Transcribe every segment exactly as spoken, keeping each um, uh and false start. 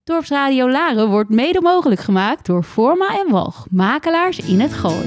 Dorpsradio Laren wordt mede mogelijk gemaakt door Forma en Walch, makelaars in het Gooi.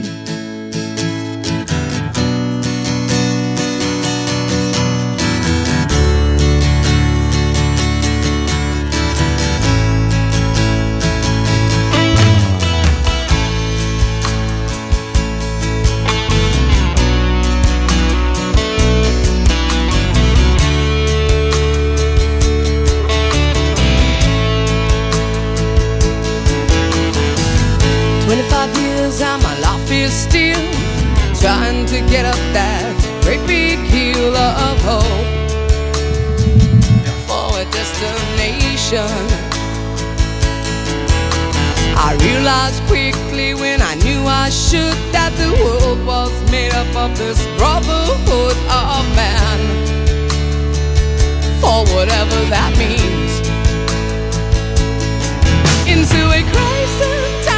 twenty-five years and my life is still trying to get up that great big hill of hope for a destination. I realized quickly when I knew I should that the world was made up of this brotherhood of man, for whatever that means. Into a crisis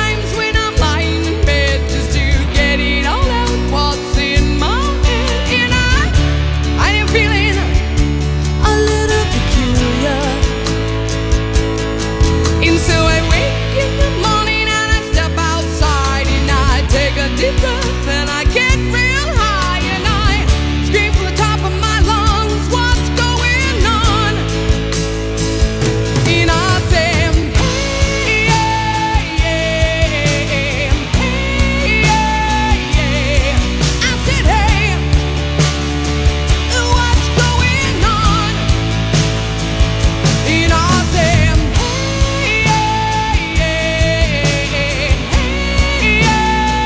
deep breath and I get real high and I scream from the top of my lungs, what's going on? And I say, hey, yeah, yeah, hey, yeah, yeah. I said, hey, what's going on? And I say, hey, yeah, yeah, hey, yeah.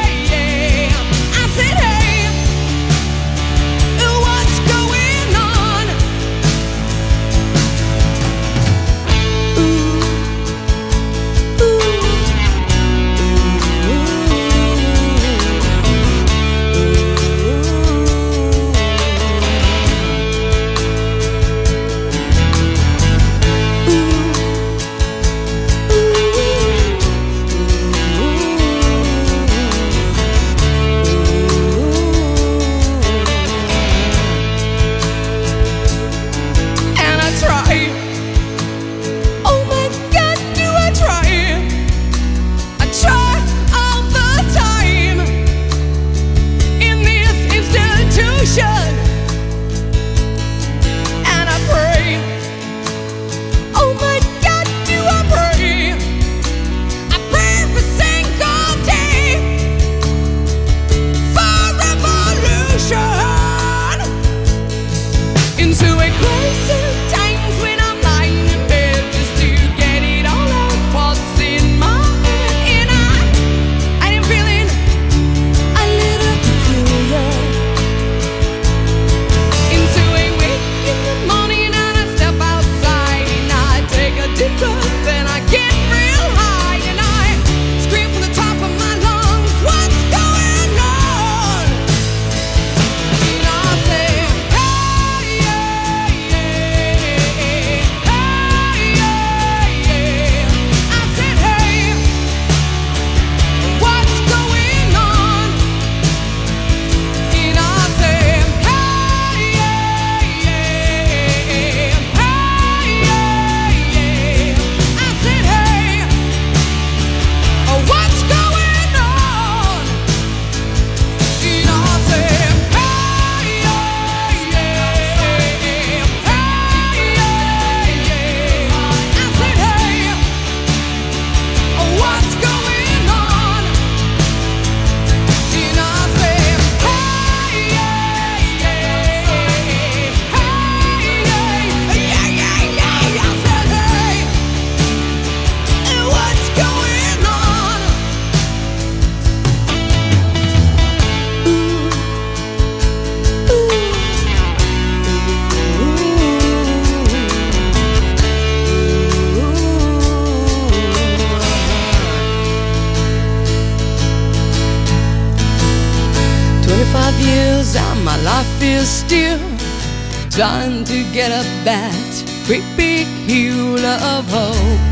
Trying to get up that great big hill of hope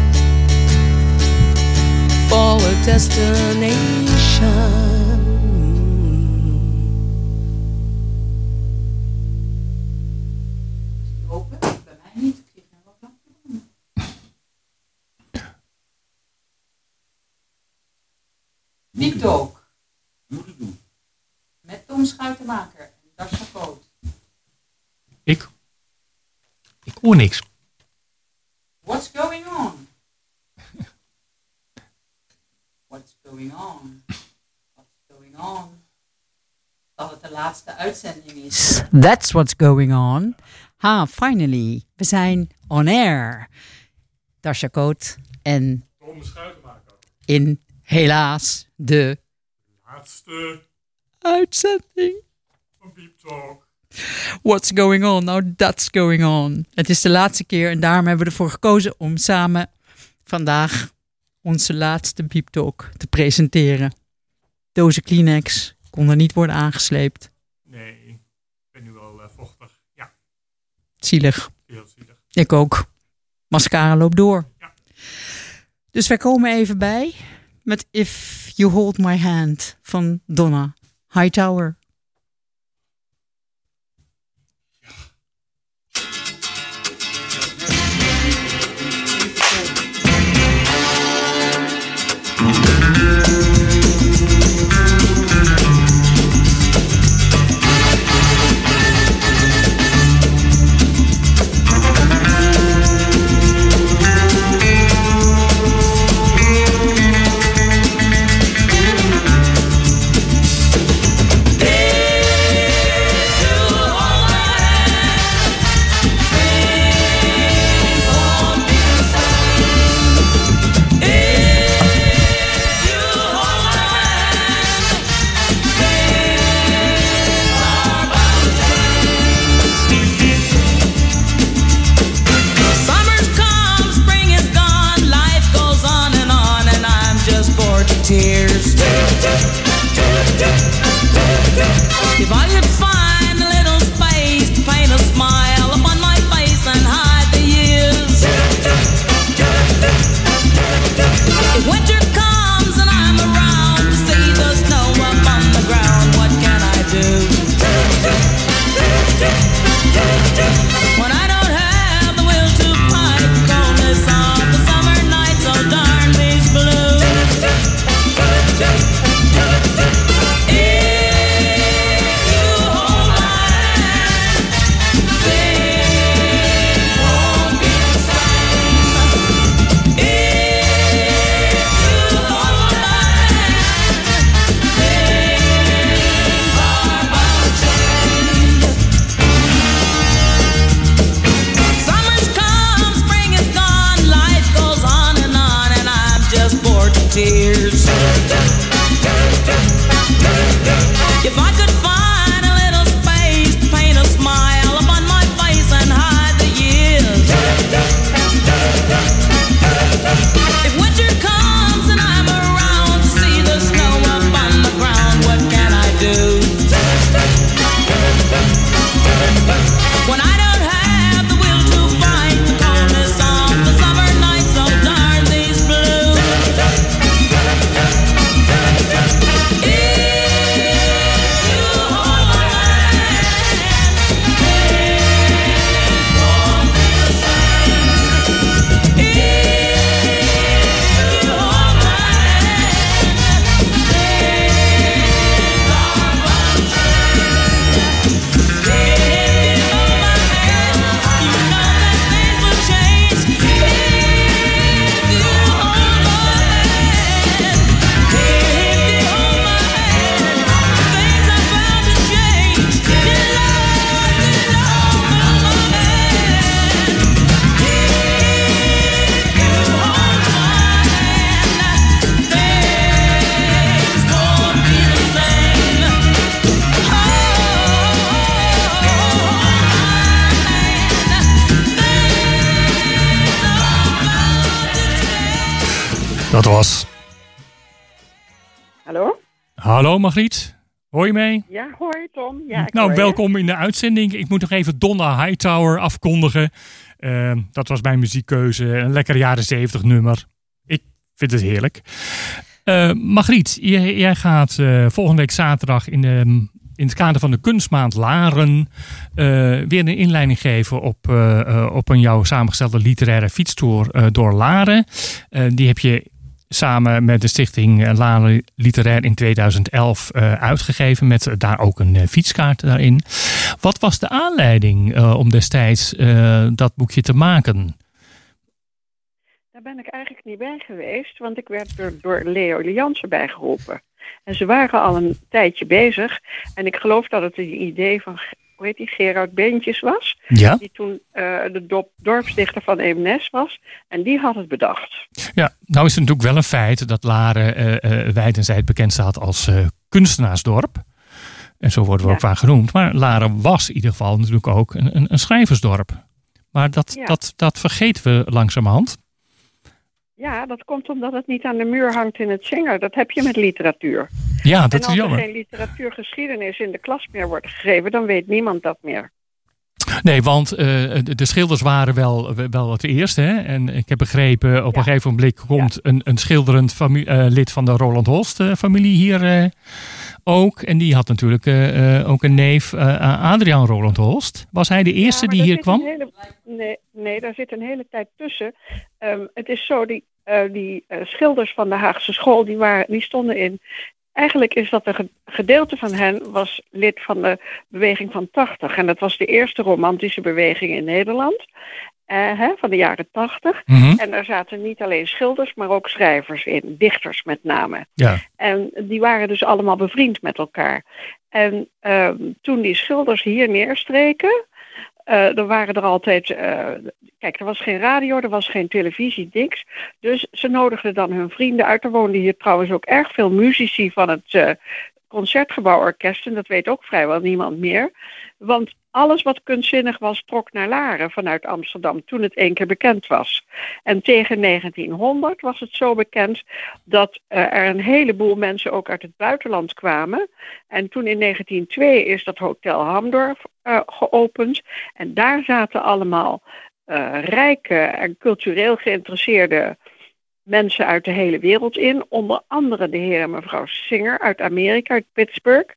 for a destination. Deep Talk. Met Tom Schuitenmaker en Dasha Koot. Ik? Ik hoor niks. What's going on? What's going on? What's going on? Dat het de laatste uitzending is. That's what's going on. Ha, finally. We zijn on air. Dasha Koot en Tom Schuitenmaker. in helaas de Laatste uitzending. van Deep Talk. What's going on? Nou, that's going on. Het is de laatste keer en daarom hebben we ervoor gekozen om samen vandaag onze laatste Deep Talk te presenteren. Dozen Kleenex konden niet worden aangesleept. Nee, ik ben nu wel uh, vochtig. Ja, Zielig. heel zielig. Ik ook. Mascara loopt door. Ja. Dus wij komen even bij met If You Hold My Hand van Donna Hightower. Tears. If I could find a little space to paint a smile upon my face and hide the years. If winter comes and I'm around to see the snow up on the ground, what can I do? When I don't have the will to fight the coldness of the summer night, so darn these blues. Tears. If I could find a little space to paint a smile upon my face and hide the years. If winter comes and I'm around to see the snow up on the ground, what can I do? When I don't have the will to fight the coldness of the summer night, so darn these blues. Dat was... Hallo? Hallo Margriet, hoor je mee? Ja, hoi Tom. Ja, ik Nou, hoor je. welkom in de uitzending. Ik moet nog even Donna Hightower afkondigen. Uh, dat was mijn muziekkeuze. Een lekker jaren zeventig nummer. Ik vind het heerlijk. Uh, Margriet, jij, jij gaat uh, volgende week zaterdag in, de, in het kader van de kunstmaand Laren uh, weer een inleiding geven op, uh, uh, op een jouw samengestelde literaire fietstour uh, door Laren. Uh, die heb je samen met de stichting uh, Laren Literair in tweeduizend elf uh, uitgegeven. Met uh, daar ook een uh, fietskaart daarin. Wat was de aanleiding uh, om destijds uh, dat boekje te maken? Daar ben ik eigenlijk niet bij geweest, want ik werd door, door Leo Jansen bijgeroepen. En ze waren al een tijdje bezig. En ik geloof dat het een idee van, hoe heet die, Gerard Beentjes was. Ja. Die toen uh, de dop, dorpsdichter van Eemnes was. En die had het bedacht. Ja, nou is het natuurlijk wel een feit dat Laren uh, uh, wijd en zijd bekend staat als uh, kunstenaarsdorp. En zo worden we Ja. ook vaak genoemd. Maar Laren was in ieder geval natuurlijk ook een, een, een schrijversdorp. Maar dat, Ja. dat, dat vergeten we langzamerhand. Ja, dat komt omdat het niet aan de muur hangt in het Singer. Dat heb je met literatuur. Ja, en dat als is er jammer. geen literatuurgeschiedenis in de klas meer wordt gegeven, dan weet niemand dat meer. Nee, want uh, de, de schilders waren wel, wel het eerste. Hè? En ik heb begrepen, op Ja. een gegeven moment komt ja. een, een schilderend fami- uh, lid van de Roland Holst uh, familie hier uh, ook. En die had natuurlijk uh, uh, ook een neef, uh, Adriaan Roland Holst. Was hij de eerste Ja, die maar hier daar kwam? zit een hele- nee, nee, daar zit een hele tijd tussen. Um, het is zo, die, uh, die uh, schilders van de Haagse school, die, waren, die stonden in. Eigenlijk is dat een ge- gedeelte van hen was lid van de beweging van tachtig. En dat was de eerste romantische beweging in Nederland. Uh, hè, van de jaren tachtig. Mm-hmm. En daar zaten niet alleen schilders, maar ook schrijvers in. Dichters met name. Ja. En die waren dus allemaal bevriend met elkaar. En uh, toen die schilders hier neerstreken, uh, dan waren er altijd... Uh, kijk, er was geen radio, er was geen televisie, niks. Dus ze nodigden dan hun vrienden uit. Er woonden hier trouwens ook erg veel muzici van het uh, Concertgebouworkest. En dat weet ook vrijwel niemand meer. Want alles wat kunstzinnig was, trok naar Laren vanuit Amsterdam toen het één keer bekend was. En tegen negentienhonderd was het zo bekend dat uh, er een heleboel mensen ook uit het buitenland kwamen. En toen in negentien twee is dat Hotel Hamdorf uh, geopend. En daar zaten allemaal uh, rijke en cultureel geïnteresseerde mensen uit de hele wereld in. Onder andere de heer en mevrouw Singer uit Amerika, uit Pittsburgh.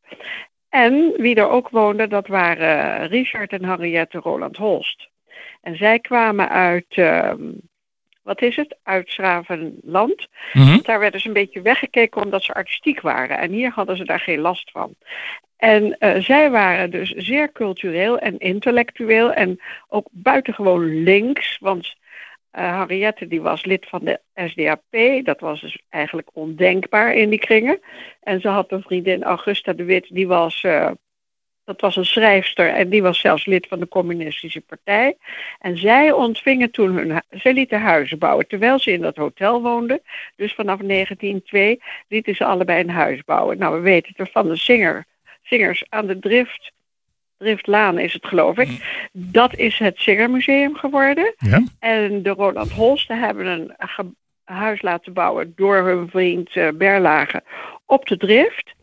En wie er ook woonde, dat waren Richard en Henriette Roland Holst. En zij kwamen uit, uh, wat is het, uit 's-Gravenland. Mm-hmm. Daar werden ze een beetje weggekeken omdat ze artistiek waren. En hier hadden ze daar geen last van. En uh, zij waren dus zeer cultureel en intellectueel en ook buitengewoon links. Want uh, Henriette die was lid van de S D A P. Dat was dus eigenlijk ondenkbaar in die kringen. En ze had een vriendin, Augusta de Wit, die was, uh, dat was een schrijfster. En die was zelfs lid van de Communistische Partij. En zij ontvingen toen hun, zij lieten huizen bouwen terwijl ze in dat hotel woonden. Dus vanaf negentien twee lieten ze allebei een huis bouwen. Nou, we weten het van de Singer, Singers aan de Drift. Driftlaan is het, geloof ik. Dat is het Singermuseum geworden. Ja. En de Roland Holsten hebben een ge- huis laten bouwen door hun vriend uh, Berlage op de Drift.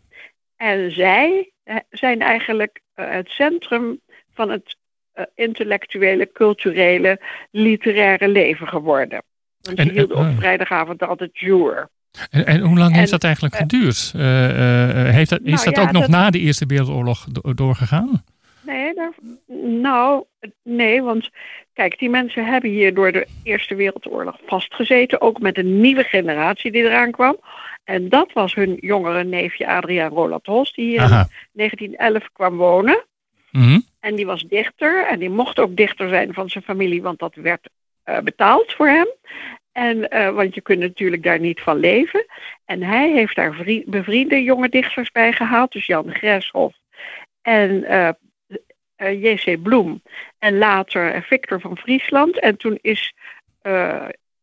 En zij uh, zijn eigenlijk uh, het centrum van het uh, intellectuele, culturele, literaire leven geworden. Want ze En, hielden uh, op vrijdagavond altijd jour. En, en hoe lang En, heeft dat eigenlijk uh, geduurd? Uh, uh, heeft dat, is nou dat ja, ook nog dat- na de Eerste Wereldoorlog do- doorgegaan? Nee, daar, nou, nee, want kijk, die mensen hebben hier door de Eerste Wereldoorlog vastgezeten. Ook met een nieuwe generatie die eraan kwam. En dat was hun jongere neefje Adriaan Roland Holst, die hier Aha. in negentien elf kwam wonen. Mm-hmm. En die was dichter en die mocht ook dichter zijn van zijn familie, want dat werd uh, betaald voor hem. En, uh, want je kunt natuurlijk daar niet van leven. En hij heeft daar vri- bevriende jonge dichters bij gehaald. Dus Jan Greshoff en uh, uh, J C Bloem. En later Victor van Friesland. En toen is uh,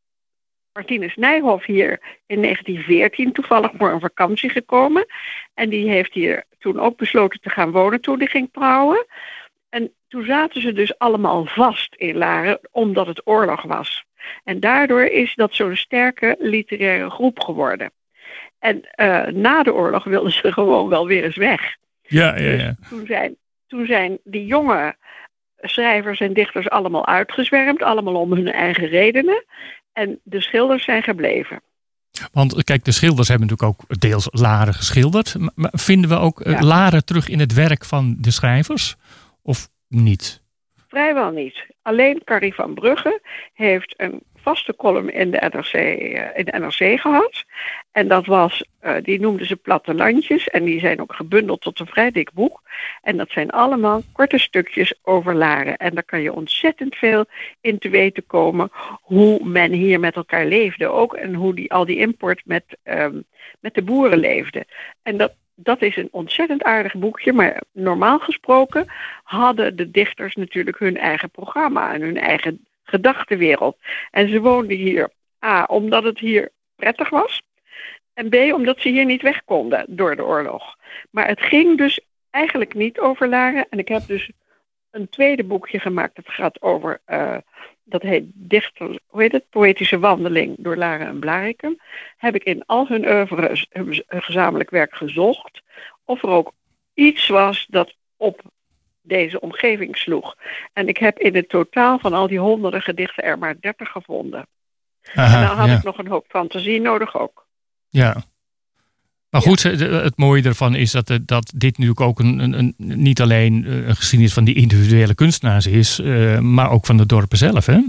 Martinus Nijhoff hier in negentien veertien toevallig voor een vakantie gekomen. En die heeft hier toen ook besloten te gaan wonen toen hij ging trouwen. En toen zaten ze dus allemaal vast in Laren, omdat het oorlog was. En daardoor is dat zo'n sterke literaire groep geworden. En uh, na de oorlog wilden ze gewoon wel weer eens weg. Ja, ja, ja. Dus toen zijn, toen zijn die jonge schrijvers en dichters allemaal uitgezwermd, allemaal om hun eigen redenen. En de schilders zijn gebleven. Want kijk, de schilders hebben natuurlijk ook deels Laren geschilderd. Maar vinden we ook uh, Ja. Laren terug in het werk van de schrijvers? Of niet? Vrijwel niet. Alleen Carrie van Brugge heeft een vaste column in de N R C, uh, in de N R C gehad. En dat was, uh, die noemden ze plattelandjes. En die zijn ook gebundeld tot een vrij dik boek. En dat zijn allemaal korte stukjes over Laren. En daar kan je ontzettend veel in te weten komen. Hoe men hier met elkaar leefde ook. En hoe die, al die import met, um, met de boeren leefde. En dat, dat is een ontzettend aardig boekje. Maar normaal gesproken hadden de dichters natuurlijk hun eigen programma. En hun eigen gedachtenwereld. En ze woonden hier, A, omdat het hier prettig was. En B, omdat ze hier niet weg konden door de oorlog. Maar het ging dus eigenlijk niet over Laren. En ik heb dus een tweede boekje gemaakt. Dat gaat over, uh, dat heet Dichter, hoe heet het? Poëtische wandeling door Laren en Blarikum. Heb ik in al hun oeuvre, hun gezamenlijk werk gezocht. Of er ook iets was dat op deze omgeving sloeg. En ik heb in het totaal van al die honderden gedichten er maar dertig gevonden. Aha, en dan had ja. ik nog een hoop fantasie nodig ook. Ja. Maar goed, ja. het mooie ervan is dat, dat dit natuurlijk ook een, een, een, niet alleen een geschiedenis van die individuele kunstenaars is, uh, maar ook van de dorpen zelf, hè?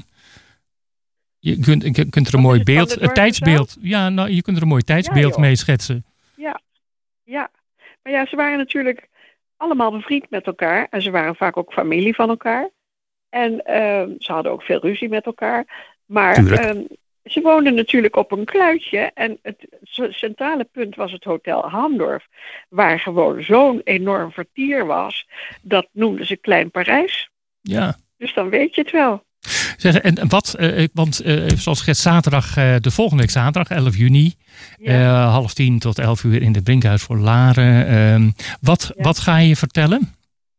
Je kunt, je kunt er een mooi beeld, een tijdsbeeld, zelf? ja, nou, je kunt er een mooi tijdsbeeld ja, mee schetsen. Ja, ja. Maar ja, ze waren natuurlijk allemaal bevriend met elkaar. En ze waren vaak ook familie van elkaar. En uh, ze hadden ook veel ruzie met elkaar. Maar uh, ze woonden natuurlijk op een kluitje. En het centrale punt was het Hotel Hamdorf. Waar gewoon zo'n enorm vertier was. Dat noemden ze Klein Parijs. Ja. Dus dan weet je het wel. Zeg, en wat, uh, want uh, zoals gezegd, zaterdag, uh, de volgende week zaterdag, elf juni, ja. uh, half tien tot elf uur in het Brinkhuis voor Laren. Uh, wat, ja. wat ga je vertellen?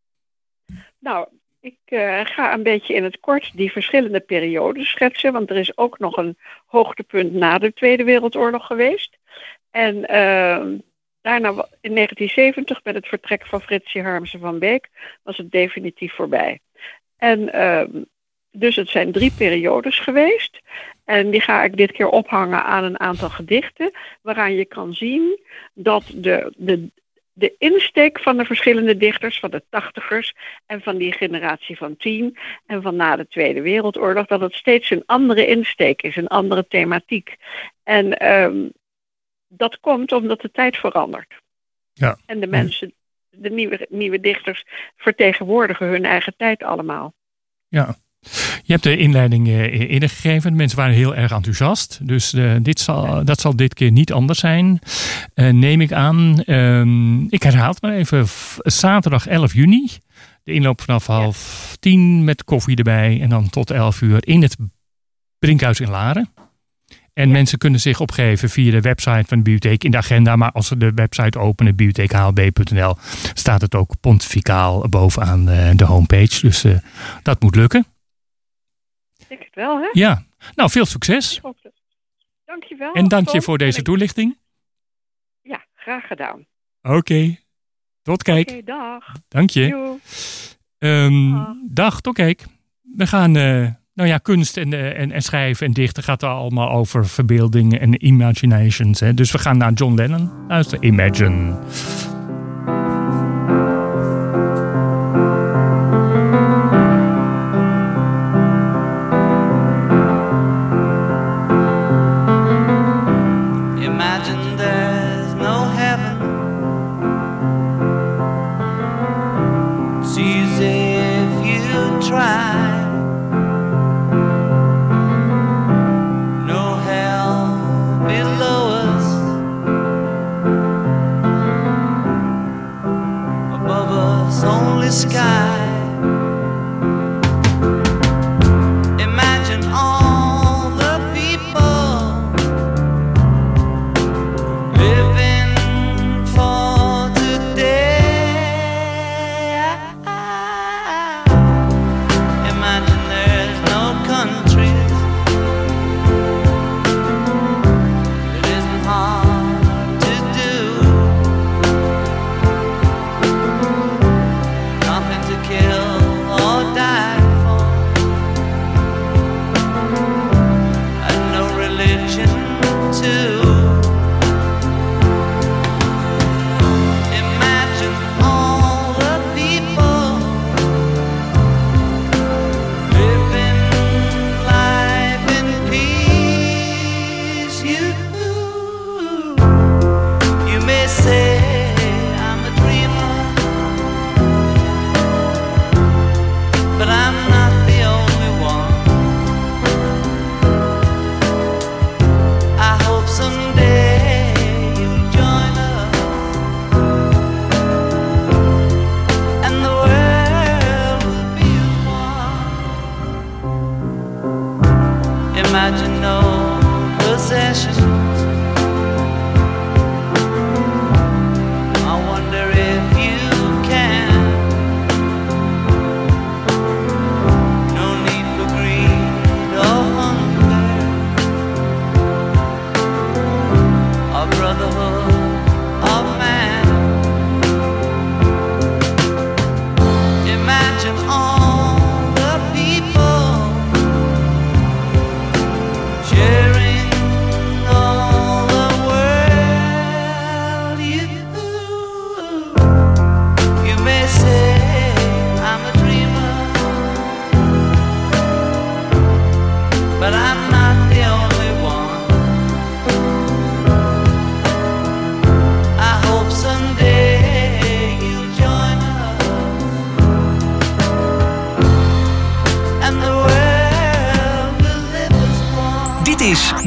Nou, ik uh, ga een beetje in het kort die verschillende periodes schetsen, want er is ook nog een hoogtepunt na de Tweede Wereldoorlog geweest. En uh, daarna in negentien zeventig, met het vertrek van Fritsje Harmsen van Beek, was het definitief voorbij. En Uh, Dus het zijn drie periodes geweest. En die ga ik dit keer ophangen aan een aantal gedichten. Waaraan je kan zien dat de, de, de insteek van de verschillende dichters, van de tachtigers en van die generatie van tien en van na de Tweede Wereldoorlog, dat het steeds een andere insteek is, een andere thematiek. En um, dat komt omdat de tijd verandert. Ja. En de mensen, de nieuwe, nieuwe dichters, vertegenwoordigen hun eigen tijd allemaal. Ja. Je hebt de inleiding uh, ingegeven. De mensen waren heel erg enthousiast. Dus uh, dit zal, dat zal dit keer niet anders zijn. Uh, neem ik aan. Um, ik herhaal het maar even. F- zaterdag elf juni. De inloop vanaf half ja. tien met koffie erbij. En dan tot elf uur in het Brinkhuis in Laren. En ja. mensen kunnen zich opgeven via de website van de bibliotheek in de agenda. Maar als ze de website openen, bibliotheek h l b punt n l, staat het ook pontificaal bovenaan uh, de homepage. Dus uh, dat moet lukken. Ik denk het wel, hè? Ja. Nou, veel succes. Dank je wel. En dank je voor deze toelichting. Ja, graag gedaan. Oké. Okay. Tot kijk. Oké, okay, dag. Dank je. Um, dag. dag, tot kijk. We gaan, uh, nou ja, kunst en, uh, en, en schrijven en dichten gaat er allemaal over verbeeldingen en imaginations. Hè? Dus we gaan naar John Lennon luisteren. Imagine.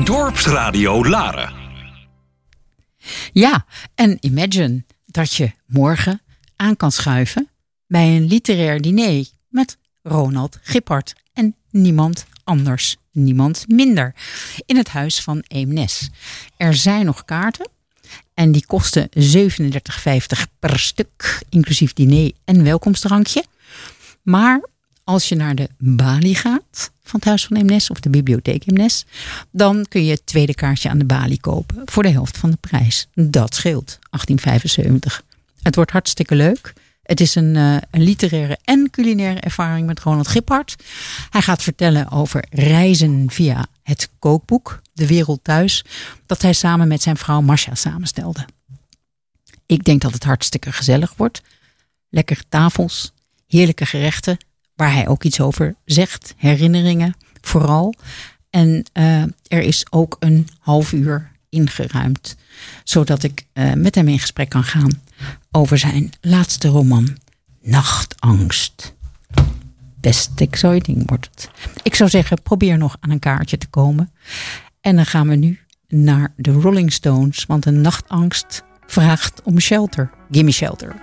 Dorpsradio Laren. Ja, en imagine dat je morgen aan kan schuiven bij een literair diner met Ronald Gippard en niemand anders, niemand minder, in het huis van Eemnes. Er zijn nog kaarten en die kosten zevenendertig vijftig per stuk, inclusief diner en welkomstdrankje. Maar als je naar de balie gaat van het huis van Eemnes of de bibliotheek Eemnes, dan kun je het tweede kaartje aan de balie kopen voor de helft van de prijs. Dat scheelt, achttien vijfenzeventig. Het wordt hartstikke leuk. Het is een, uh, een literaire en culinaire ervaring met Ronald Gippard. Hij gaat vertellen over reizen via het kookboek De Wereld Thuis, dat hij samen met zijn vrouw Masha samenstelde. Ik denk dat het hartstikke gezellig wordt. Lekkere tafels, heerlijke gerechten, waar hij ook iets over zegt, herinneringen vooral. En uh, er is ook een half uur ingeruimd, zodat ik uh, met hem in gesprek kan gaan over zijn laatste roman, Nachtangst. Best exciting wordt het. Ik zou zeggen, probeer nog aan een kaartje te komen. En dan gaan we nu naar de Rolling Stones, want een nachtangst vraagt om shelter. Gimme shelter.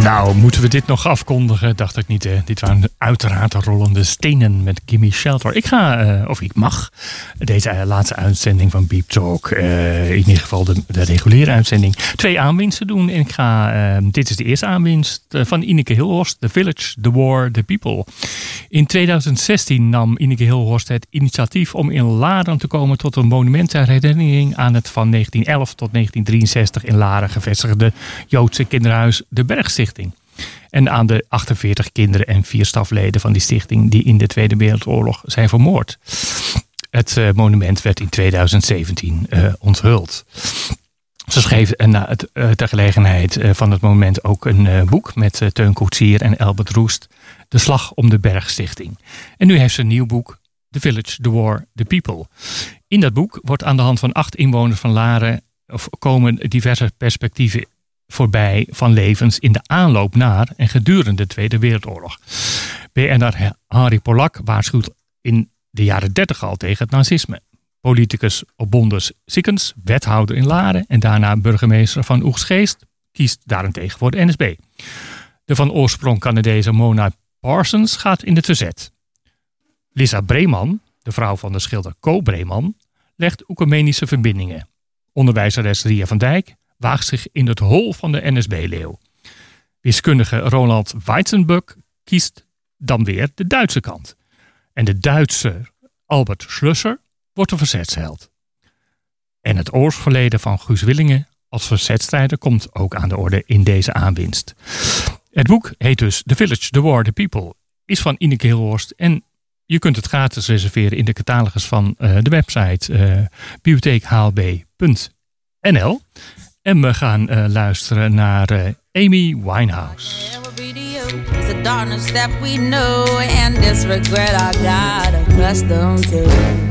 Nou, moeten we dit nog afkondigen? Dacht ik niet. Hè? Dit waren uiteraard de rollende stenen met Gimme Shelter. Ik ga, uh, of ik mag, deze uh, laatste uitzending van Beep Talk, uh, in ieder geval de, de reguliere uitzending, twee aanwinsten doen. En ik ga, uh, dit is de eerste aanwinst uh, van Ineke Hilhorst, The Village, The War, The People. In tweeduizend zestien nam Ineke Hilhorst het initiatief om in Laren te komen tot een monument ter herinnering aan het van negentien elf tot negentien drieënzestig in Laren gevestigde Joodse kinderhuis De Bergstichting. En aan de achtenveertig kinderen en vier stafleden van die stichting die in de Tweede Wereldoorlog zijn vermoord. Het uh, monument werd in tweeduizend zeventien uh, onthuld. Ze schreef uh, na het, uh, ter gelegenheid uh, van het moment ook een uh, boek met uh, Teun Koetsier en Albert Roest, De Slag om de Bergstichting. En nu heeft ze een nieuw boek, The Village, The War, The People. In dat boek wordt aan de hand van acht inwoners van Laren of komen diverse perspectieven voorbij van levens in de aanloop naar en gedurende de Tweede Wereldoorlog. B N R Harry Polak waarschuwt in de jaren dertig al tegen het nazisme. Politicus Obondes Sikkens, wethouder in Laren en daarna burgemeester van Oegstgeest, kiest daarentegen voor de N S B. De van oorsprong Canadese Mona Parsons gaat in het verzet. Lisa Breeman, de vrouw van de schilder Co Breeman, legt oecumenische verbindingen. Onderwijzeres Ria van Dijk waagt zich in het hol van de N S B-leeuw. Wiskundige Roland Weizenbuck kiest dan weer de Duitse kant. En de Duitser Albert Schlusser wordt de verzetsheld. En het oorlogsverleden van Guus Willingen als verzetstrijder komt ook aan de orde in deze aanwinst. Het boek heet dus The Village, The War, The People, is van Ineke Hilhorst en je kunt het gratis reserveren in de catalogus van uh, de website uh, bibliotheek h l b punt n l. En we gaan uh, luisteren naar uh, Amy Winehouse. It's a darkness that we know and this regret I got accustomed to.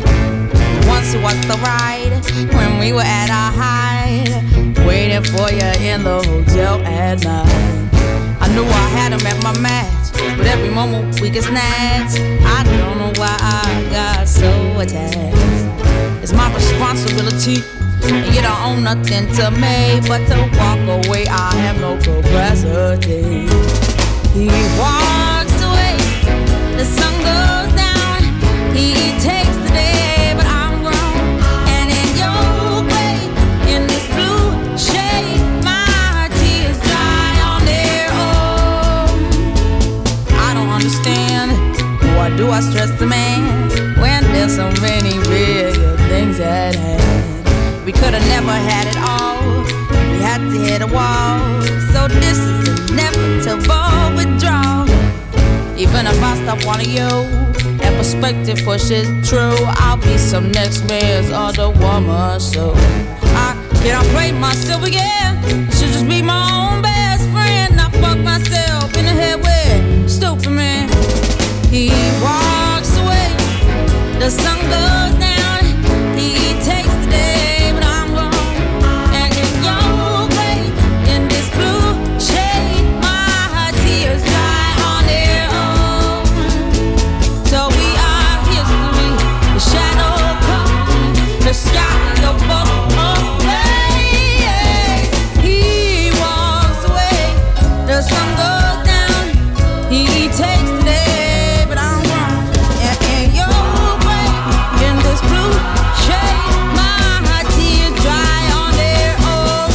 Once it was the ride when we were at our height, waiting for you in the hotel at night. I knew I had him at my match, but every moment we get snatched. I don't know why I got so attached. It's my responsibility, and you don't own nothing to me but to walk away. I have no capacity. He walks away, the sun goes down. He takes the day, but I'm grown. And in your way, in this blue shade, my tears dry on their own. I don't understand, why do I stress the man when there's so many bigger things at hand? We could have never had it all, we had to hit a wall. So this is inevitable withdrawal. Even if I stop wanting you, that perspective pushes true. I'll be some next man's other woman, so I can't play myself again. I should just be my own best friend. I fuck myself in the head with stupid man. He walks away, the sun goes down. He takes the day, but I'm gone. And in your way, in this blue shade, my tears dry on their own. So we are history, the shadow comes, the sky above away. He walks away, the sun goes down. He takes the day, but I'm gone. And in your way, in this blue shade, my tears dry on their own.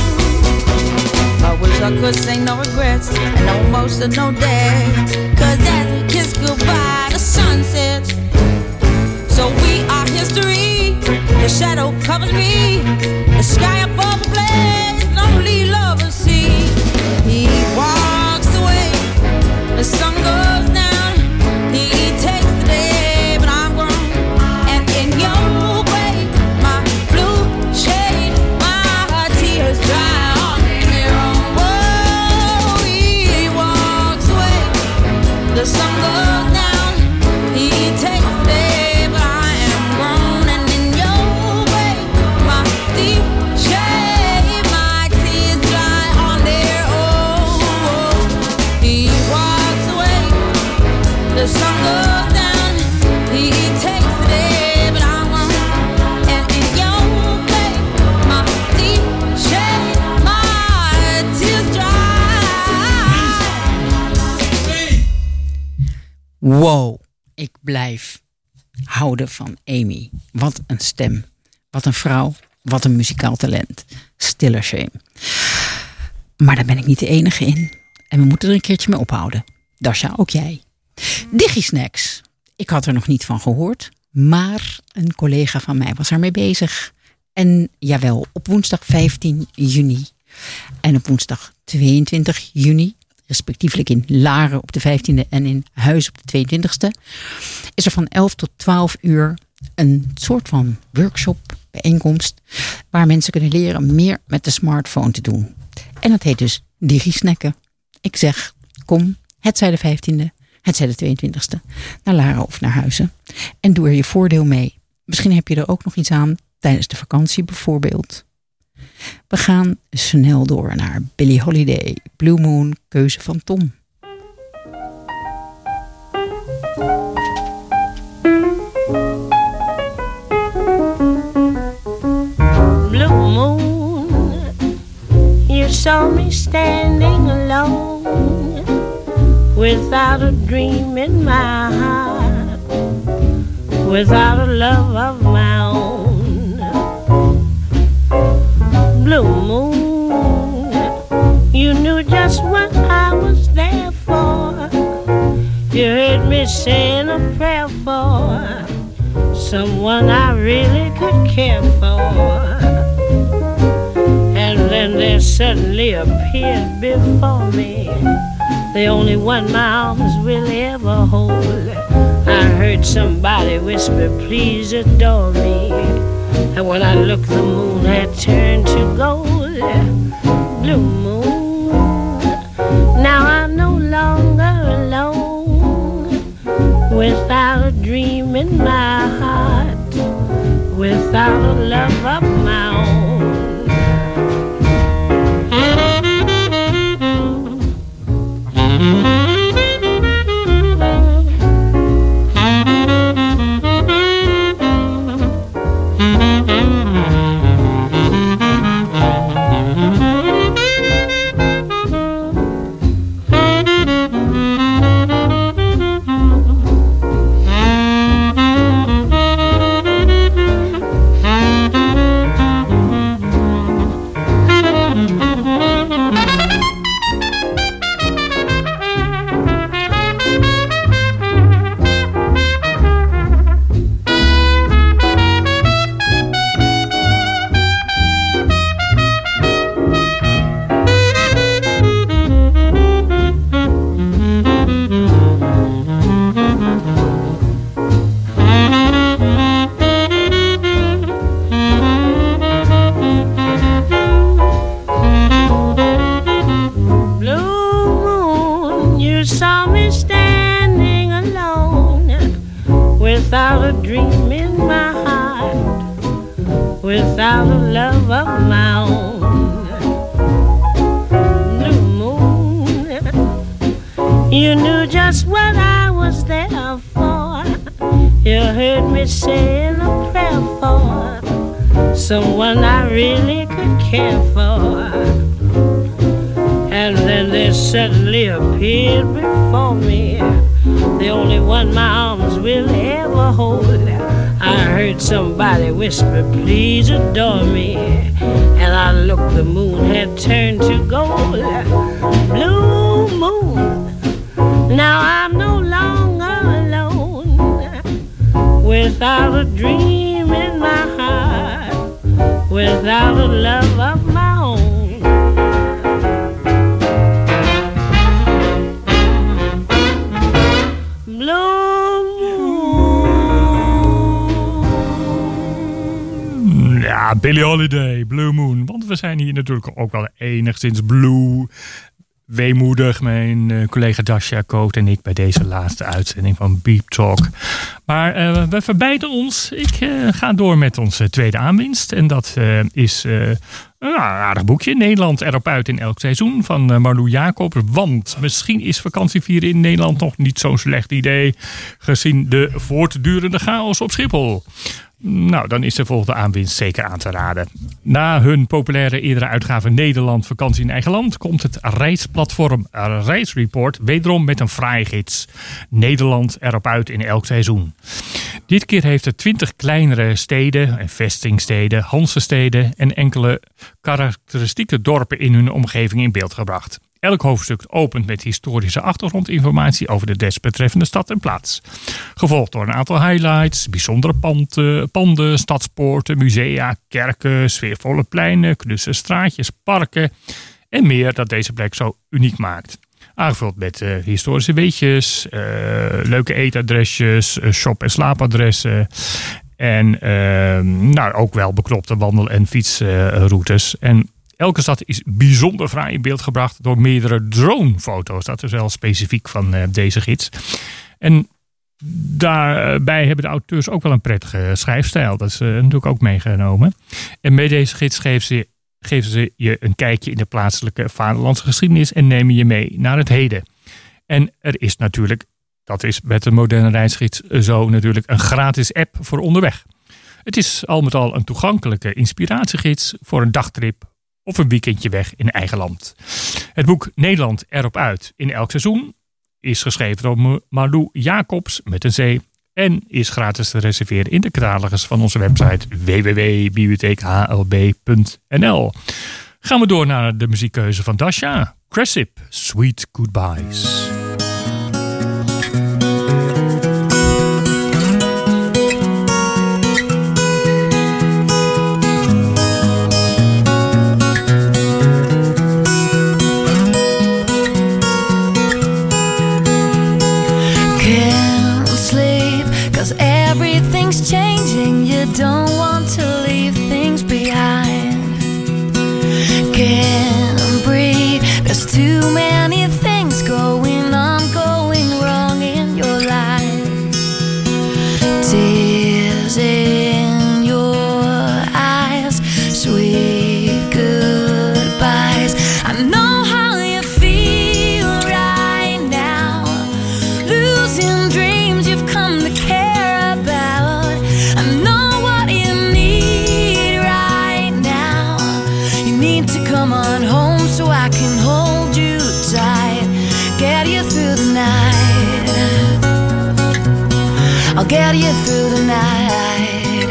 I wish I could say no regrets and no emotional days, cause as we kiss goodbye, the sun sets. So we are history, the shadow covers me, the sky above the blaze, lonely lovers see. He walks away, the sun goes down. He takes the day, but I'm grown. And in your way, my blue shade, my tears dry on their own. Whoa, he walks away, the sun goes down. He takes the day, but I am grown. And in your way, my deep shade. Wow, ik blijf houden van Amy. Wat een stem. Wat een vrouw. Wat een muzikaal talent. Still a shame. Maar daar ben ik niet de enige in. En we moeten er een keertje mee ophouden. Dasha, ook jij. Digisnacks. Ik had er nog niet van gehoord. Maar een collega van mij was ermee bezig. En jawel, op woensdag vijftien juni. En op woensdag tweeëntwintig juni. Respectievelijk in Laren op de vijftiende en in Huis op de tweeëntwintigste. Is er van elf tot twaalf uur een soort van workshop, bijeenkomst. Waar mensen kunnen leren meer met de smartphone te doen. En dat heet dus Digisnacken. Ik zeg, kom, het zij de vijftiende, het zij de tweeëntwintigste. Naar Laren of naar Huizen. En doe er je voordeel mee. Misschien heb je er ook nog iets aan tijdens de vakantie bijvoorbeeld. We gaan snel door naar Billie Holiday, Blue Moon, keuze van Tom. Blue moon, you saw me standing alone, without a dream in my heart, without a love of my own. Blue moon, you knew just what I was there for. You heard me saying a prayer for someone I really could care for. And then there suddenly appeared before me the only one my arms will ever hold. I heard somebody whisper, please adore me. And when I looked, the moon had turned to gold. Blue moon, now I'm no longer alone, without a dream in my heart, without a love of my own. Someone I really could care for. And then there suddenly appeared before me the only one my arms will ever hold. I heard somebody whisper, please adore me. And I looked, the moon had turned to gold. Blue moon, now I'm no longer alone, without a dream in my heart, without a love of my own. Blue moon. Ja, Billie Holiday, Blue Moon. Want we zijn hier natuurlijk ook wel enigszins blue. Weemoedig, mijn uh, collega Dasha Koot en ik bij deze laatste uitzending van Beep Talk. Maar uh, we verbijten ons. Ik uh, ga door met onze tweede aanwinst. En dat uh, is uh, een aardig boekje. Nederland erop uit in elk seizoen van uh, Marlou Jacobs. Want misschien is vakantievieren in Nederland nog niet zo'n slecht idee, gezien de voortdurende chaos op Schiphol. Nou, dan is de volgende aanwinst zeker aan te raden. Na hun populaire eerdere uitgave Nederland Vakantie in Eigen Land komt het reisplatform Reisreport wederom met een fraaie gids. Nederland erop uit in elk seizoen. Dit keer heeft het twintig kleinere steden en vestingsteden, Hansensteden en enkele karakteristieke dorpen in hun omgeving in beeld gebracht. Elk hoofdstuk opent met historische achtergrondinformatie over de desbetreffende stad en plaats. Gevolgd door een aantal highlights, bijzondere panden, panden stadspoorten, musea, kerken, sfeervolle pleinen, knusse straatjes, parken en meer dat deze plek zo uniek maakt. Aangevuld met uh, historische weetjes, uh, leuke eetadresjes, uh, shop- en slaapadressen. En uh, nou, ook wel beknopte wandel- en fietsroutes. Uh, en elke stad is bijzonder fraai in beeld gebracht door meerdere dronefoto's. Dat is wel specifiek van uh, deze gids. En daarbij hebben de auteurs ook wel een prettige schrijfstijl. Dat is uh, natuurlijk ook meegenomen. En met deze gids geven ze, geven ze je een kijkje in de plaatselijke vaderlandse geschiedenis en nemen je mee naar het heden. En er is natuurlijk, dat is met de moderne reisgids zo natuurlijk, een gratis app voor onderweg. Het is al met al een toegankelijke inspiratiegids voor een dagtrip of een weekendje weg in eigen land. Het boek Nederland erop uit in elk seizoen is geschreven door Marlou Jacobs met een C en is gratis te reserveren in de catalogus van onze website w w w punt bibliotheek h l b punt n l. Gaan we door naar de muziekkeuze van Dasha. Cressip, Sweet Goodbyes. Everything's changing, you don't want to leave things behind. Can't breathe, there's too many things going on, going wrong in your life. Tears in your eyes, sweet goodbyes. I know how you feel right now, losing dreams you've come to care. So I can hold you tight, get you through the night. I'll get you through the night.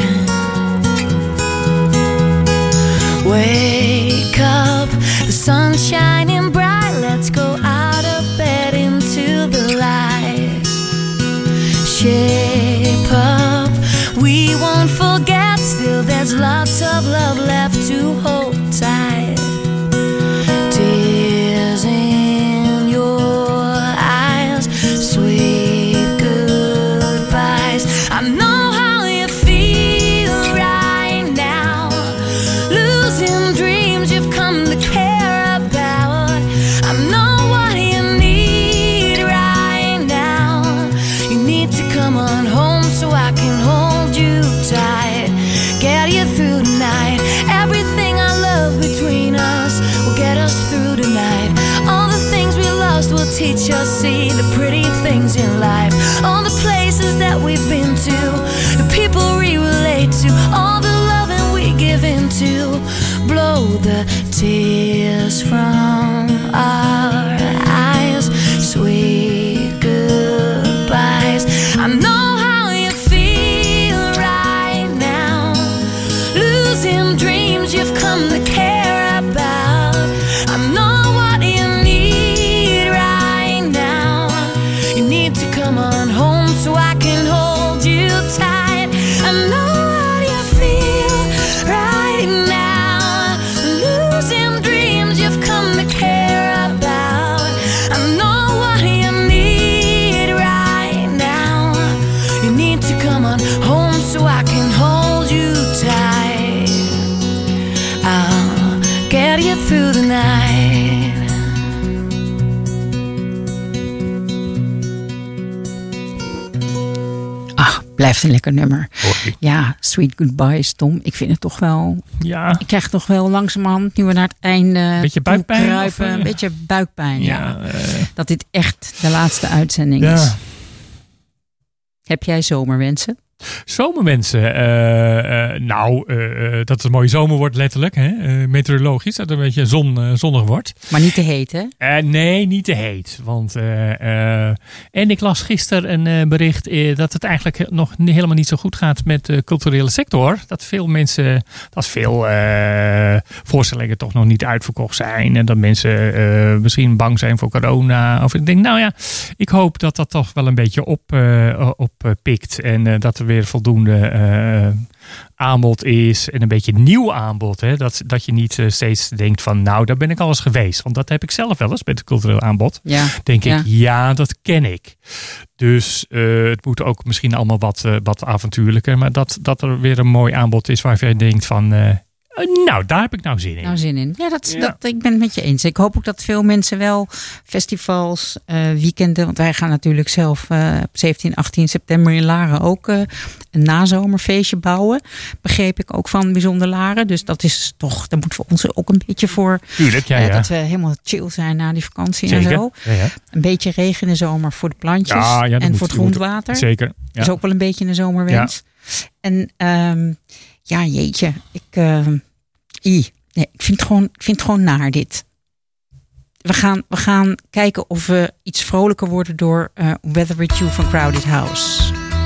Wake up, the sun's shining bright. Let's go out of bed into the light. Shape up, we won't forget. Still there's lots of love left to hold tight. Tears in your eyes, sweet goodbyes. I know how you feel right now, losing dreams you've come to care about. I know what you need right now. You need to come on home so I can hold you tight, get you through the night. Everything I love between us will get us through the night. All the things we lost will teach us, see the pretty things in life. All the places that we've been to, the people we relate to, all the loving we give into. Blow the tears from our eyes, sweet goodbyes. I know how you feel right now, losing dreams you've come to care about. I know what you need right now. You need to come on home so I can hold you tight. I know what you feel right now, losing dreams you've come to care about. I know what you need right now. You need to come on home so I can hold you tight. I'll get you through the night. Ach, blijft een lekker nummer. Hoi. Ja, Sweet Goodbyes, Tom. Ik vind het toch wel... Ja. Ik krijg toch wel langzamerhand, nu we naar het einde Beetje buikpijn, toe kruipen, of, uh, een beetje buikpijn. Ja, Ja, uh, dat dit echt de laatste uitzending Ja. is. Heb jij zomerwensen? Zomerwensen. Uh, uh, nou, uh, dat het een mooie zomer wordt letterlijk. Hè? Uh, meteorologisch. Dat het een beetje zon, uh, zonnig wordt. Maar niet te heet, hè? Uh, nee, niet te heet. Want, uh, uh, en ik las gisteren een uh, bericht uh, dat het eigenlijk nog helemaal niet zo goed gaat met de culturele sector. Dat veel mensen, dat veel uh, voorstellingen toch nog niet uitverkocht zijn. En dat mensen uh, misschien bang zijn voor corona. Of ik denk, nou ja, ik hoop dat dat toch wel een beetje op, uh, oppikt. En uh, dat er weer voldoende uh, aanbod is. En een beetje nieuw aanbod. Hè? Dat, dat je niet uh, steeds denkt van, nou, daar ben ik al eens geweest. Want dat heb ik zelf wel eens met het cultureel aanbod. Ja, denk ja. ik, ja, dat ken ik. Dus uh, het moet ook misschien allemaal wat, uh, wat avontuurlijker. Maar dat, dat er weer een mooi aanbod is waarvan je denkt van... Uh, nou, daar heb ik nou zin in. Nou, zin in. Ja, dat, Ja. dat, ik ben het met je eens. Ik hoop ook dat veel mensen wel festivals, uh, weekenden... want wij gaan natuurlijk zelf uh, op zeventien, achttien september in Laren ook uh, een nazomerfeestje bouwen. Begreep ik ook van Bijzonder Laren. Dus dat is toch, daar moeten we ons ook een beetje voor... Tuurlijk, ja, uh, ja. Dat we helemaal chill zijn na die vakantie Zeker. en zo. Ja, ja. Een beetje regen in de zomer voor de plantjes Ja, ja, dat en moet- voor het moet- grondwater. Zeker. Ja. Dat is ook wel een beetje een zomerwens. En um, ja, jeetje. Ik, uh, i, nee, ik, vind het gewoon, ik vind het gewoon naar dit. We gaan, we gaan kijken of we iets vrolijker worden door uh, Weather With You van Crowded House.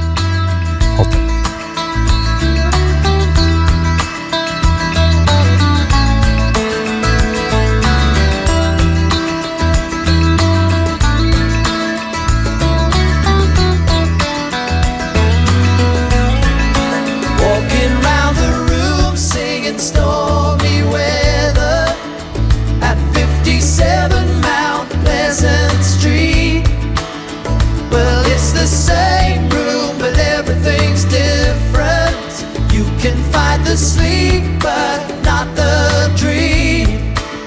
Walking round the room singing stormy weather at fifty-seven Mount Pleasant Street. Well, it's the same room, but everything's different. You can fight the sleep, but not the dream.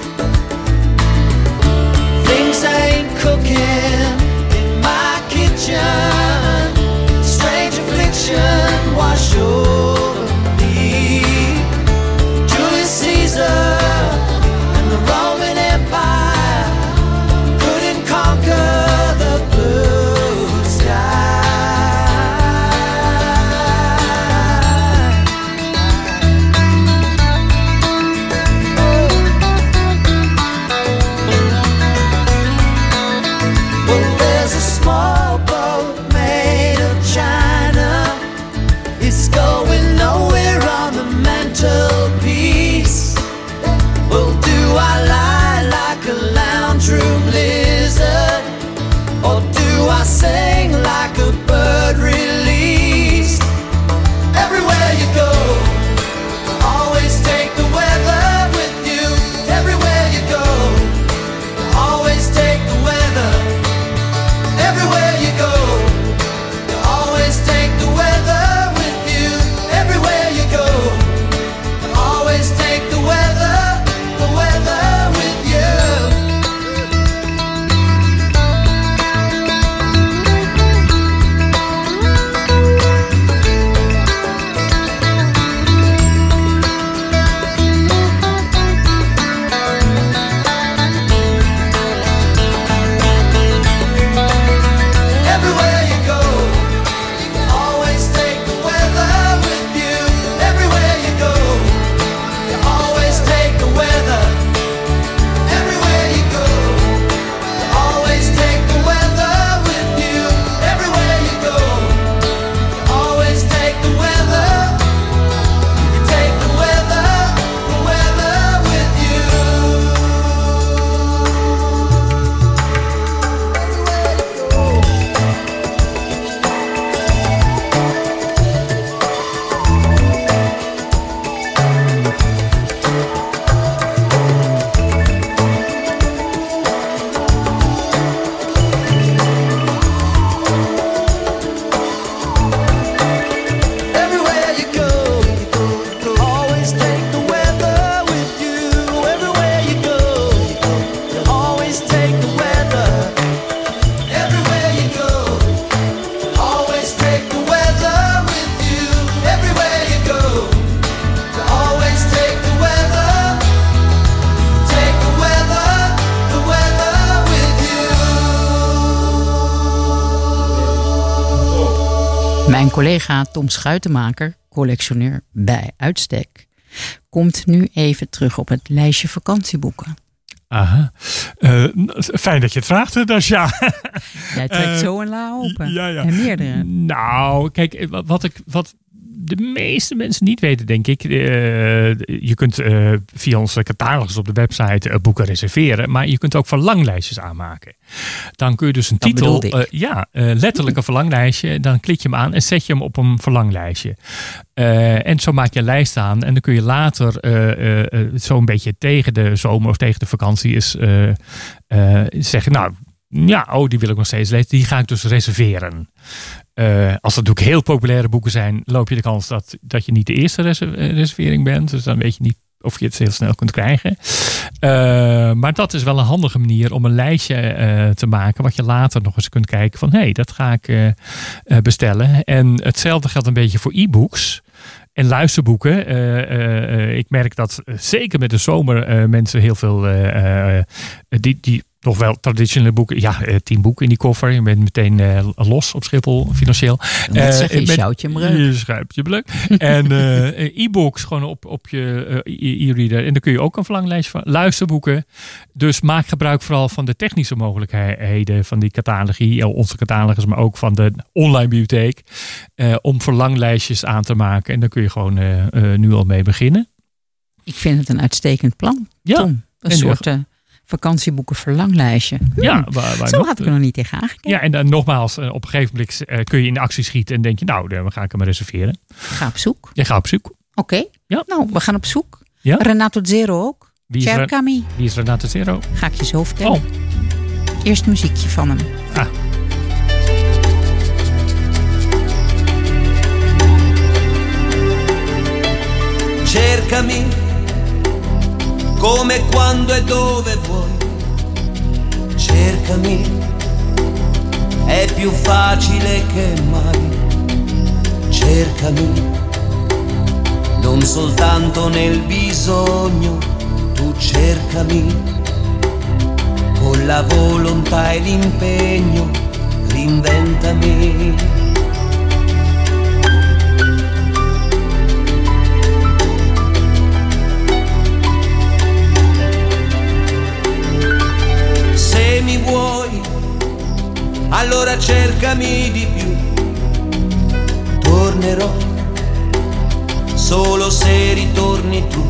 Things ain't cooking in my kitchen. Strange affliction wash over me. Julius Caesar and the Roman Empire couldn't conquer the blue sky. Mijn collega Tom Schuitenmaker, collectioneur bij uitstek, komt nu even terug op het lijstje vakantieboeken. Aha. Uh, fijn dat je het vraagt, Dasja. Jij trekt uh, zo een la open. Ja, ja. En meerdere. Nou, kijk, wat ik... Wat de meeste mensen niet weten, denk ik. Uh, je kunt uh, via onze catalogus op de website uh, boeken reserveren. Maar je kunt ook verlanglijstjes aanmaken. Dan kun je dus een dat titel... Uh, ja, uh, letterlijk een verlanglijstje. Dan klik je hem aan en zet je hem op een verlanglijstje. Uh, en zo maak je een lijst aan. En dan kun je later uh, uh, zo'n beetje tegen de zomer of tegen de vakantie is, uh, uh, zeggen... Nou, ja, oh, die wil ik nog steeds lezen. Die ga ik dus reserveren. Uh, als dat natuurlijk heel populaire boeken zijn, loop je de kans dat, dat je niet de eerste reservering bent. Dus dan weet je niet of je het heel snel kunt krijgen. Uh, maar dat is wel een handige manier om een lijstje uh, te maken, wat je later nog eens kunt kijken van, hé, hey, dat ga ik uh, uh, bestellen. En hetzelfde geldt een beetje voor e-books. En luisterboeken. Uh, uh, ik merk dat uh, zeker met de zomer uh, mensen heel veel uh, uh, die, die nog wel traditionele boeken. Ja, uh, tien boeken in die koffer. Je bent meteen uh, los op Schiphol financieel. Dan uh, zeg je, met, schuitje breuk. Je schuitje breuk. En uh, e-books gewoon op, op je uh, e-reader. En dan kun je ook een verlanglijst van luisterboeken. Dus maak gebruik vooral van de technische mogelijkheden van die catalogie. Onze catalogus, maar ook van de online bibliotheek. Uh, om verlanglijstjes aan te maken. En dan kun je gewoon uh, uh, nu al mee beginnen. Ik vind het een uitstekend plan, ja. Tom. Een en soort uh, vakantieboeken verlanglijstje. Hm. Ja, waar, waar Zo nog? had ik er nog niet tegen aangekeken. Ja, en dan nogmaals, uh, op een gegeven moment uh, kun je in de actie schieten en denk je, nou, dan ga ik hem reserveren. Ga op zoek. Je gaat op zoek. Oké. Okay. Ja. Nou, we gaan op zoek. Ja? Renato Zero ook. Wie is, Re- Wie is Renato Zero? Ga ik je zo vertellen. Oh. Eerst muziekje van hem. Ah. Cercami come quando e dove vuoi. Cercami, è più facile che mai. Cercami, non soltanto nel bisogno. Tu cercami, con la volontà e l'impegno. Reinventami. Se mi vuoi, allora cercami di più. Tornerò solo se ritorni tu.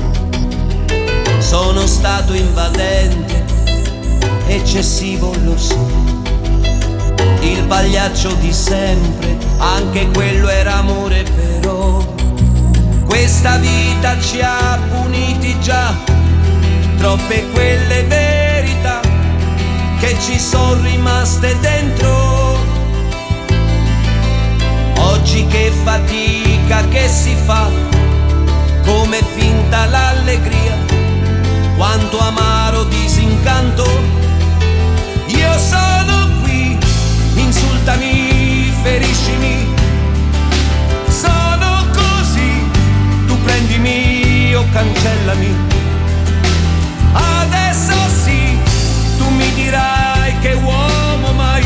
Sono stato invadente, eccessivo lo so. Il pagliaccio di sempre, anche quello era amore però. Questa vita ci ha puniti già, troppe quelle verità che ci sono rimaste dentro. Oggi che fatica che si fa, come finta l'allegria, quanto amaro disincanto. Io sono qui, insultami, feriscimi, sono così, tu prendimi o cancellami. Adesso sì, tu mi dirai che uomo mai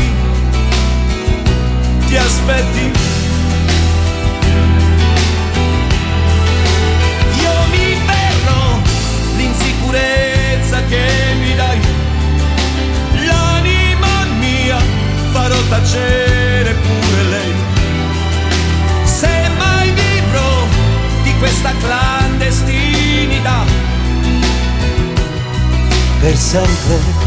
ti aspetti. Io mi berrò l'insicurezza che mi dai, l'anima mia farò tacere pure lei. Se mai vivrò di questa clandestinità per sempre.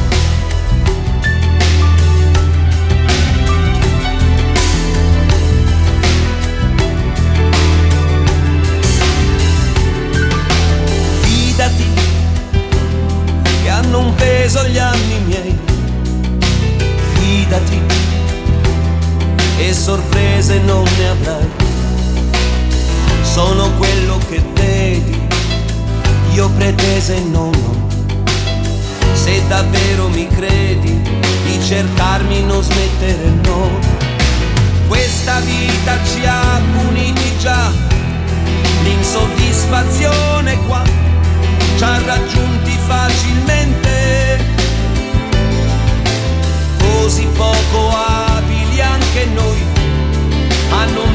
Fidati che hanno un peso gli anni miei. Fidati e sorprese non ne avrai. Sono quello che vedi, io pretese non ho. Se davvero mi credi, di cercarmi non smettere no. Questa vita ci ha puniti già, l'insoddisfazione qua ci ha raggiunti facilmente. Così poco abili anche noi a non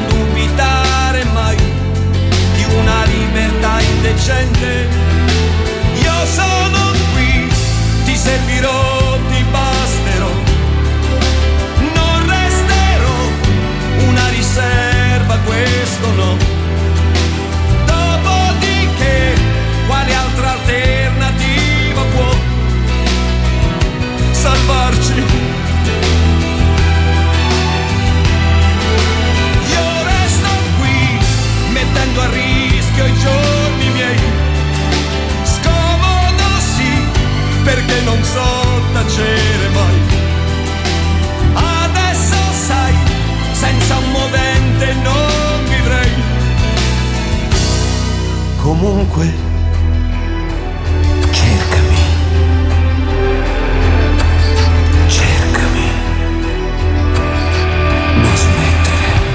mettendo a rischio i giorni miei. Scomodo sì, perché non so tacere mai. Adesso sai, senza un movente non vivrei. Comunque, cercami. Cercami. Non smettere.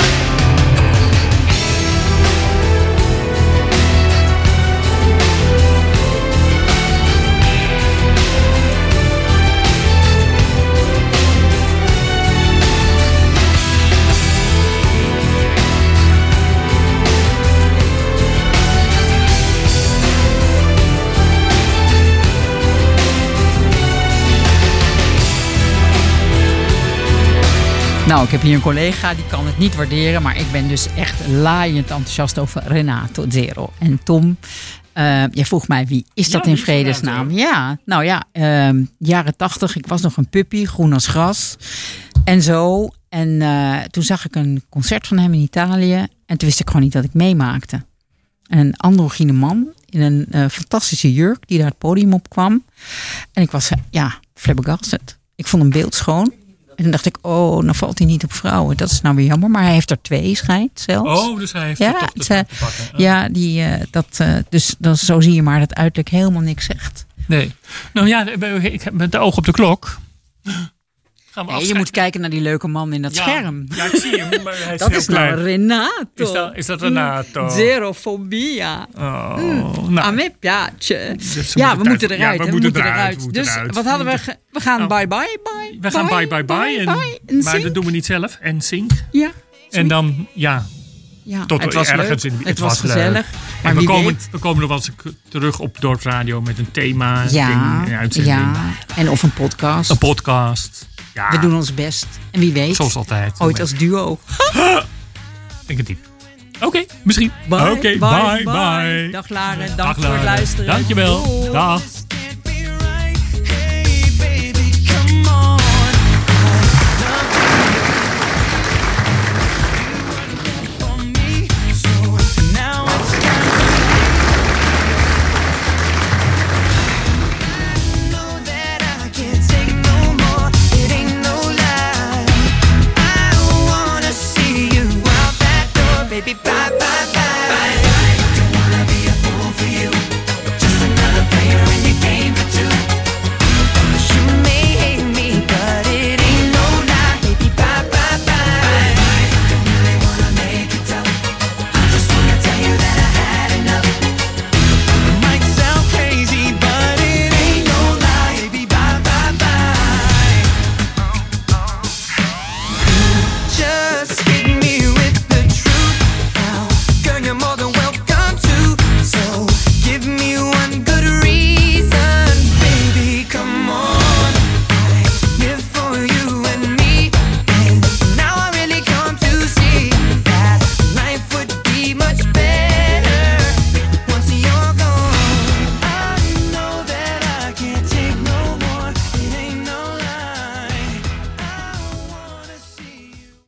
Nou, ik heb hier een collega, die kan het niet waarderen. Maar ik ben dus echt laaiend enthousiast over Renato Zero. En Tom, uh, jij vroeg mij, wie is dat Ja, in wie is vredesnaam? Renato? Ja, nou ja, uh, jaren tachtig. Ik was nog een puppy, groen als gras. En zo. En uh, toen zag ik een concert van hem in Italië. En toen wist ik gewoon niet dat ik meemaakte. En een androgyne man in een uh, fantastische jurk die daar het podium op kwam. En ik was, uh, ja, flabbergasted. Ik vond hem beeldschoon. En toen dacht ik, oh, dan valt hij niet op vrouwen. Dat is nou weer jammer. Maar hij heeft er twee, schijnt zelfs. Oh, dus hij heeft ja, er toch de ze, te pakken. Oh. Ja, die, uh, dat, uh, dus dan, zo zie je maar dat uiterlijk helemaal niks zegt. Nee. Nou ja, ik heb met de oog op de klok. Gaan we Nee, je moet kijken naar die leuke man in dat ja, scherm. Ja, ik zie hem, maar hij is dat heel is klein. nou Renato. Is dat, is dat Renato? Zerofobia. Oh, Mm. nou. A me piace. Dus ja, we we moeten moeten uit- eruit. ja, hè, we moeten eruit, we moeten Dus eruit. wat hadden we? We Ge- we gaan Oh. bye bye bye. We gaan bye bye bye. En, en maar zing. dat doen we niet zelf. En zing. Ja. En dan, ja, Ja, tot het was ergens leuk. in Het was leuk. gezellig. Maar En we wie komen, weet. we komen nog wel eens terug op Dorpsradio met een thema. Ja, ding, een uitzending. ja. En of een podcast. Een podcast. Ja, We doen ons best. En wie weet. zoals altijd. Ooit als duo. Denk het niet. Oké, okay, misschien. Bye, Oké, bye, bye, bye, bye. Dag Laren, dank Dag, voor het Laren. luisteren. Dankjewel. Doei. Dag.